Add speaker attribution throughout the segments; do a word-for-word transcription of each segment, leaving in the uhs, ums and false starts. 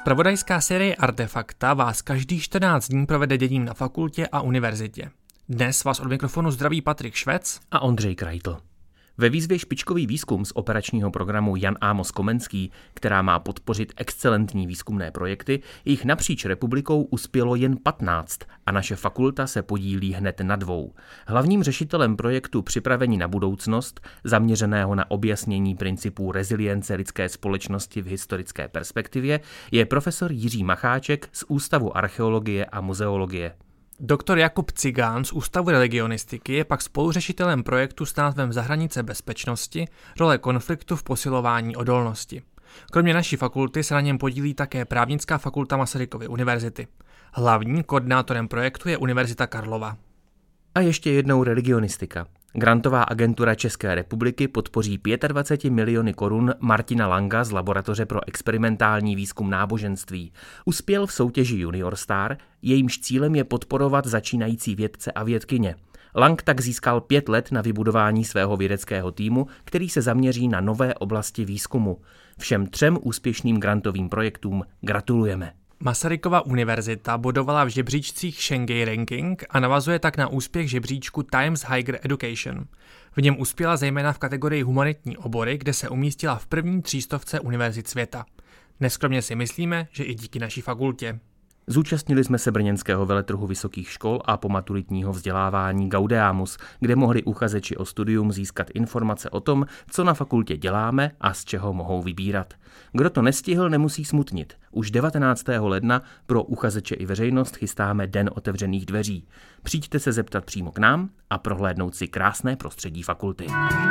Speaker 1: Zpravodajská série Artefakta vás každých čtrnáct dní provede děním na fakultě a univerzitě. Dnes vás od mikrofonu zdraví Patrik Švec
Speaker 2: a Ondřej Krajtl. Ve výzvě Špičkový výzkum z operačního programu Jan Amos Komenský, která má podpořit excelentní výzkumné projekty, jich napříč republikou uspělo jen patnáct a naše fakulta se podílí hned na dvou. Hlavním řešitelem projektu Připravení na budoucnost, zaměřeného na objasnění principů rezilience lidské společnosti v historické perspektivě, je profesor Jiří Macháček z Ústavu archeologie a muzeologie.
Speaker 1: Doktor Jakub Cigán z Ústavu religionistiky je pak spoluřešitelem projektu s názvem Za hranice bezpečnosti, role konfliktu v posilování odolnosti. Kromě naší fakulty se na něm podílí také Právnická fakulta Masarykovy univerzity. Hlavním koordinátorem projektu je Univerzita Karlova.
Speaker 2: A ještě jednou religionistika. Grantová agentura České republiky podpoří dvacet pět miliony korun Martina Langa z Laboratoře pro experimentální výzkum náboženství. Uspěl v soutěži Junior Star, jejímž cílem je podporovat začínající vědce a vědkyně. Lang tak získal pět let na vybudování svého vědeckého týmu, který se zaměří na nové oblasti výzkumu. Všem třem úspěšným grantovým projektům gratulujeme.
Speaker 1: Masarykova univerzita bodovala v žebříčcích Shanghai Ranking a navazuje tak na úspěch žebříčku Times Higher Education. V něm uspěla zejména v kategorii humanitní obory, kde se umístila v první třístovce univerzit světa. Neskromně si myslíme, že i díky naší fakultě.
Speaker 2: Zúčastnili jsme se brněnského veletrhu vysokých škol a pomaturitního vzdělávání Gaudeamus, kde mohli uchazeči o studium získat informace o tom, co na fakultě děláme a z čeho mohou vybírat. Kdo to nestihl, nemusí smutnit. Už devatenáctého ledna pro uchazeče i veřejnost chystáme Den otevřených dveří. Přijďte se zeptat přímo k nám a prohlédnout si krásné prostředí fakulty.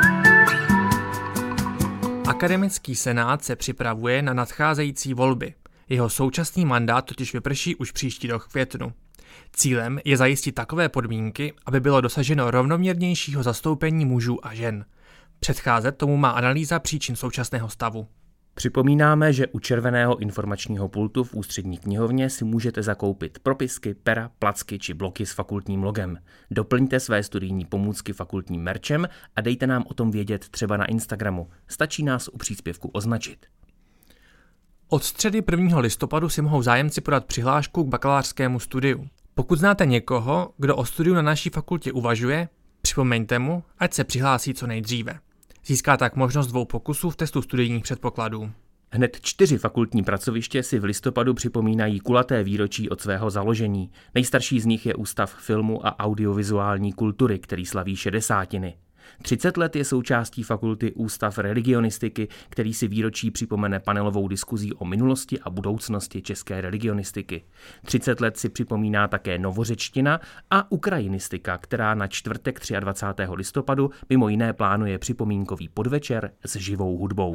Speaker 1: Akademický senát se připravuje na nadcházející volby. Jeho současný mandát totiž vyprší už příští rok v květnu. Cílem je zajistit takové podmínky, aby bylo dosaženo rovnoměrnějšího zastoupení mužů a žen. Předcházet tomu má analýza příčin současného stavu.
Speaker 2: Připomínáme, že u červeného informačního pultu v ústřední knihovně si můžete zakoupit propisky, pera, placky či bloky s fakultním logem. Doplňte své studijní pomůcky fakultním merčem a dejte nám o tom vědět třeba na Instagramu. Stačí nás u příspěvku označit.
Speaker 1: Od středy prvního listopadu si mohou zájemci podat přihlášku k bakalářskému studiu. Pokud znáte někoho, kdo o studiu na naší fakultě uvažuje, připomeňte mu, ať se přihlásí co nejdříve. Získá tak možnost dvou pokusů v testu studijních předpokladů.
Speaker 2: Hned čtyři fakultní pracoviště si v listopadu připomínají kulaté výročí od svého založení. Nejstarší z nich je Ústav filmu a audiovizuální kultury, který slaví šedesátiny. třicet let je součástí fakulty Ústav religionistiky, který si výročí připomene panelovou diskuzí o minulosti a budoucnosti české religionistiky. třicet let si připomíná také novořečtina a ukrajinistika, která na čtvrtek dvacátého třetího listopadu mimo jiné plánuje připomínkový podvečer s živou hudbou.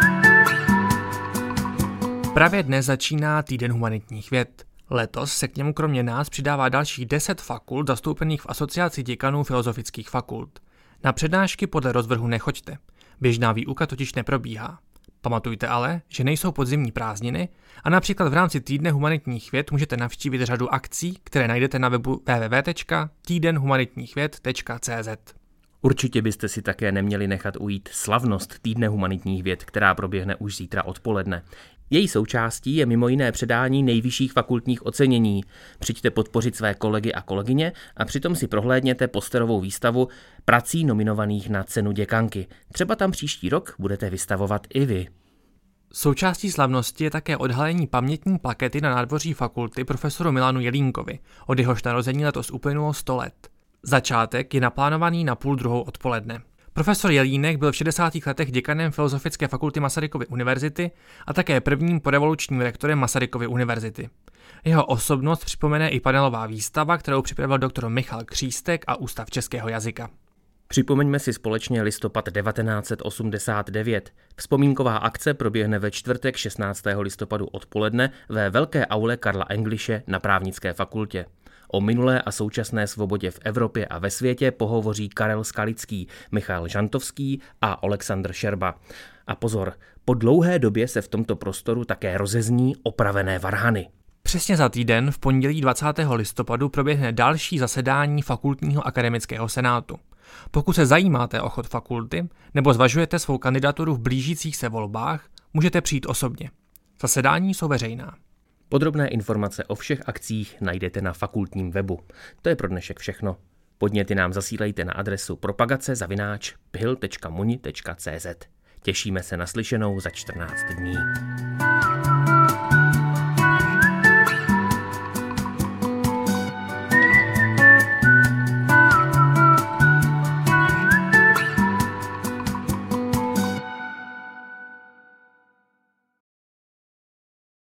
Speaker 1: Právě dnes začíná Týden humanitních věd. Letos se k němu kromě nás přidává dalších deset fakult zastoupených v Asociaci děkanů filozofických fakult. Na přednášky podle rozvrhu nechoďte. Běžná výuka totiž neprobíhá. Pamatujte ale, že nejsou podzimní prázdniny a například v rámci Týdne humanitních věd můžete navštívit řadu akcí, které najdete na webu w w w tečka týden humanitních věd tečka c z.
Speaker 2: Určitě byste si také neměli nechat ujít slavnost Týdne humanitních věd, která proběhne už zítra odpoledne. Její součástí je mimo jiné předání nejvyšších fakultních ocenění. Přijďte podpořit své kolegy a kolegyně a přitom si prohlédněte posterovou výstavu prací nominovaných na cenu děkanky. Třeba tam příští rok budete vystavovat i vy.
Speaker 1: Součástí slavnosti je také odhalení pamětní plakety na nádvoří fakulty profesoru Milanu Jelínkovi. Od jehož narození letos uplynulo sto let. Začátek je naplánovaný na půl druhou odpoledne. Profesor Jelínek byl v šedesátých letech děkanem Filozofické fakulty Masarykovy univerzity a také prvním porevolučním rektorem Masarykovy univerzity. Jeho osobnost připomene i panelová výstava, kterou připravil doktor Michal Křístek a Ústav českého jazyka.
Speaker 2: Připomeňme si společně listopad devatenáct set osmdesát devět. Vzpomínková akce proběhne ve čtvrtek šestnáctého listopadu odpoledne ve velké aule Karla Englische na Právnické fakultě. O minulé a současné svobodě v Evropě a ve světě pohovoří Karel Skalický, Michal Žantovský a Oleksandr Šerba. A pozor, po dlouhé době se v tomto prostoru také rozezní opravené varhany.
Speaker 1: Přesně za týden v pondělí dvacátého listopadu proběhne další zasedání Fakultního akademického senátu. Pokud se zajímáte o chod fakulty nebo zvažujete svou kandidaturu v blížících se volbách, můžete přijít osobně. Zasedání jsou veřejná.
Speaker 2: Podrobné informace o všech akcích najdete na fakultním webu. To je pro dnešek všechno. Podněty nám zasílejte na adresu propagace zavináč phil tečka muni tečka cz. Těšíme se na slyšenou za čtrnáct dní.